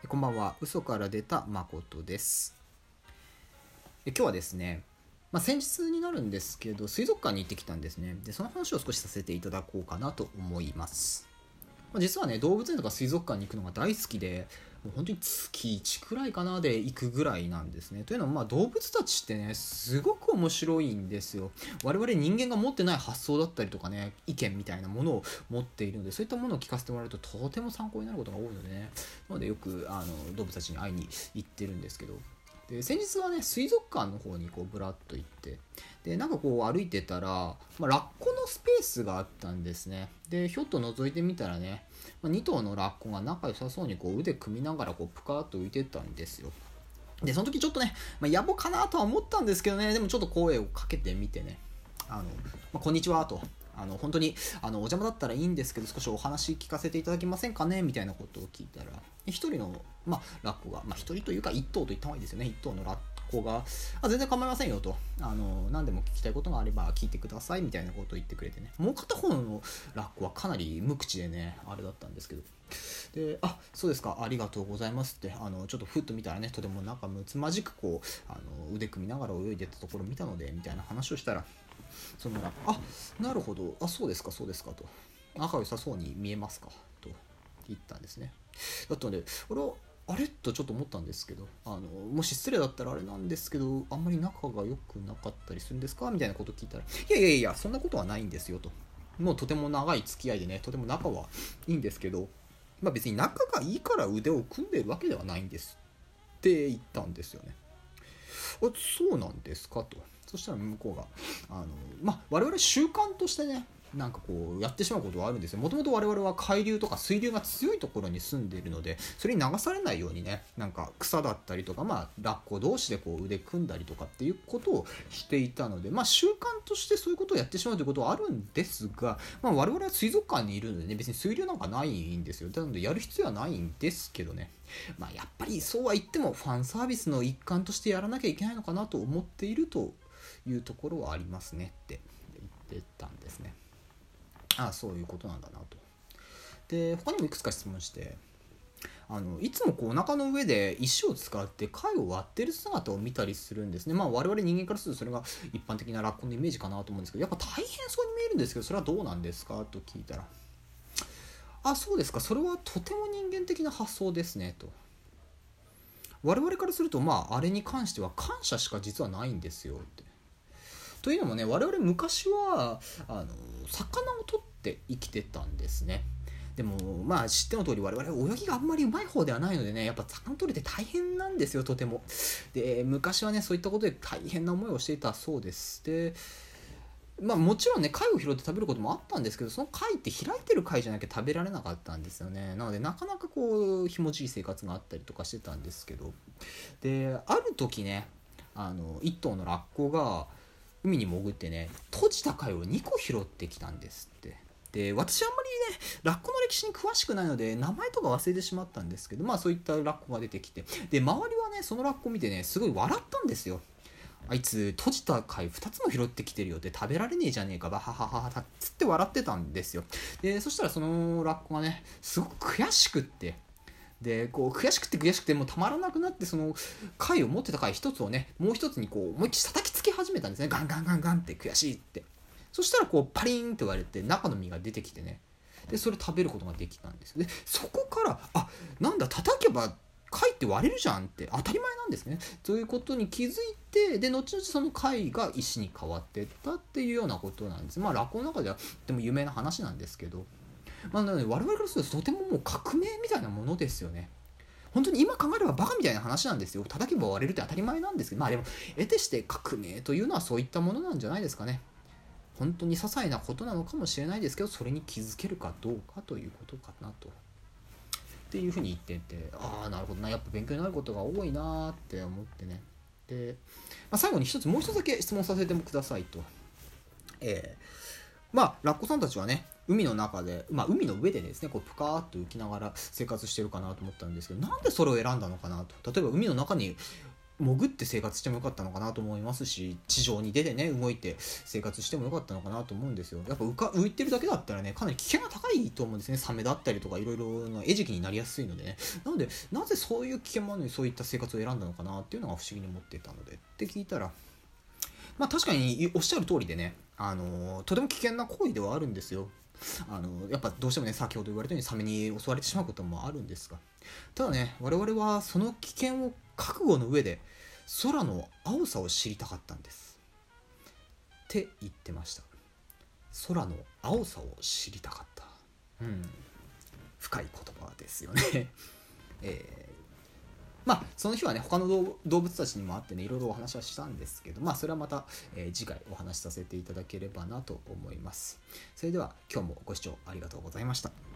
こんばんは。嘘から出た誠です。今日はですね、先日になるんですけど、水族館に行ってきたんですね。で、その話を少しさせていただこうかなと思います。実はね、動物園とか水族館に行くのが大好きで、もう本当に月1くらいかなで行くぐらいなんですね。というのも、動物たちってね、すごく面白いんですよ。我々人間が持ってない発想だったりとかね、意見みたいなものを持っているので、そういったものを聞かせてもらえるととても参考になることが多いのでね、なのでよく動物たちに会いに行ってるんですけど、で先日はね水族館の方にこうブラッと行って、でなんかこう歩いてたら、ラッコのスペースがあったんですね。でひょっと覗いてみたらね、2頭のラッコが仲良さそうにこう腕組みながらこうプカーっと浮いてったんですよ。でその時ちょっとね、野暮かなとは思ったんですけどね、でもちょっと声をかけてみてね、こんにちはと、本当にお邪魔だったらいいんですけど少しお話聞かせていただけませんかねみたいなことを聞いたら、一人の、ラッコが、一人というか一頭と言った方がいいですよね。一頭のラッコが全然構いませんよと、何でも聞きたいことがあれば聞いてくださいみたいなことを言ってくれてね、もう片方のラッコはかなり無口でねあれだったんですけど、でそうですか、ありがとうございますって、ちょっとふっと見たらね、とても仲睦まじくこう腕組みながら泳いでたところを見たのでみたいな話をしたら、そのなるほど、そうですかそうですかと、仲良さそうに見えますかと言ったんですね。だったので俺はあれとちょっと思ったんですけど、もし失礼だったらあれなんですけど、あんまり仲が良くなかったりするんですかみたいなことを聞いたら、いやそんなことはないんですよと、もうとても長い付き合いでね、とても仲はいいんですけど、別に仲がいいから腕を組んでるわけではないんですって言ったんですよね。そうなんですかと。そしたら向こうが我々習慣としてね、なんかこうやってしまうことはあるんですよ。もともと我々は海流とか水流が強いところに住んでいるので、それに流されないようにね、なんか草だったりとか、ラッコ同士でこう腕組んだりとかっていうことをしていたので、習慣としてそういうことをやってしまうということはあるんですが、我々は水族館にいるのでね、別に水流なんかないんですよ。なのでやる必要はないんですけどね、やっぱりそうは言ってもファンサービスの一環としてやらなきゃいけないのかなと思っているというところはありますねって言ってたんですね。そういうことなんだなと。で他にもいくつか質問して、いつもこうお腹の上で石を使って貝を割ってる姿を見たりするんですね。我々人間からするとそれが一般的なラッコのイメージかなと思うんですけど、やっぱ大変そうに見えるんですけど、それはどうなんですかと聞いたら、そうですか、それはとても人間的な発想ですねと。我々からするとあれに関しては感謝しか実はないんですよって。というのもね、我々昔は魚を取って生きてたんですね。でも知っての通り我々泳ぎがあんまりうまい方ではないのでね、やっぱ魚取れて大変なんですよ、とても。で昔はねそういったことで大変な思いをしていたそうです。でもちろんね貝を拾って食べることもあったんですけど、その貝って開いてる貝じゃなきゃ食べられなかったんですよね。なのでなかなかこうひもじい生活があったりとかしてたんですけど、である時ね、一頭のラッコが海に潜ってね、閉じた貝を2個拾ってきたんですって。で私あんまりねラッコの歴史に詳しくないので名前とか忘れてしまったんですけど、そういったラッコが出てきて、で周りはねそのラッコ見てねすごい笑ったんですよ。あいつ閉じた貝2つも拾ってきてるよって、食べられねえじゃねえかバハハハハつって笑ってたんですよ。でそしたらそのラッコがねすごく悔しくって、でこう悔しくてもうたまらなくなって、その貝を持ってた貝一つをねもう一つにこう思いっきり叩きつけ始めたんですね。ガンガンガンガンって悔しいって。そしたらこうパリンって言われて中の実が出てきてね、でそれ食べることができたんです。でそこからなんだ叩けば貝って割れるじゃんって当たり前なんですね。そういうことに気づいて、で後々その貝が石に変わっていったっていうようなことなんです。ラッコの中ではとても有名な話なんですけど、なので我々からするととてももう革命みたいなものですよね。本当に今考えればバカみたいな話なんですよ。叩けば割れるって当たり前なんですけど、でも得てして革命というのはそういったものなんじゃないですかね。本当に些細なことなのかもしれないですけど、それに気づけるかどうかということかなと。っていうふうに言ってて、なるほどな、やっぱ勉強になることが多いなって思ってね。で、最後にもう一つだけ質問させてくださいと。ラッコさんたちはね海の中で、海の上でですねこうプカーッと浮きながら生活してるかなと思ったんですけど、なんでそれを選んだのかなと。例えば海の中に潜って生活してもよかったのかなと思いますし、地上に出てね動いて生活してもよかったのかなと思うんですよ。やっぱ浮いてるだけだったらねかなり危険が高いと思うんですね。サメだったりとかいろいろな餌食になりやすいのでね。なのでなぜそういう危険もあるのにそういった生活を選んだのかなっていうのが不思議に思っていたのでって聞いたら、まあ確かにおっしゃる通りでね、とても危険な行為ではあるんですよ。やっぱどうしてもね先ほど言われたようにサメに襲われてしまうこともあるんですが、ただね我々はその危険を覚悟の上で空の青さを知りたかったんですって言ってました。空の青さを知りたかった。深い言葉ですよねまあその日はね他の動物たちにも会ってねいろいろお話はしたんですけど、まあそれはまた、次回お話しさせていただければなと思います。それでは今日もご視聴ありがとうございました。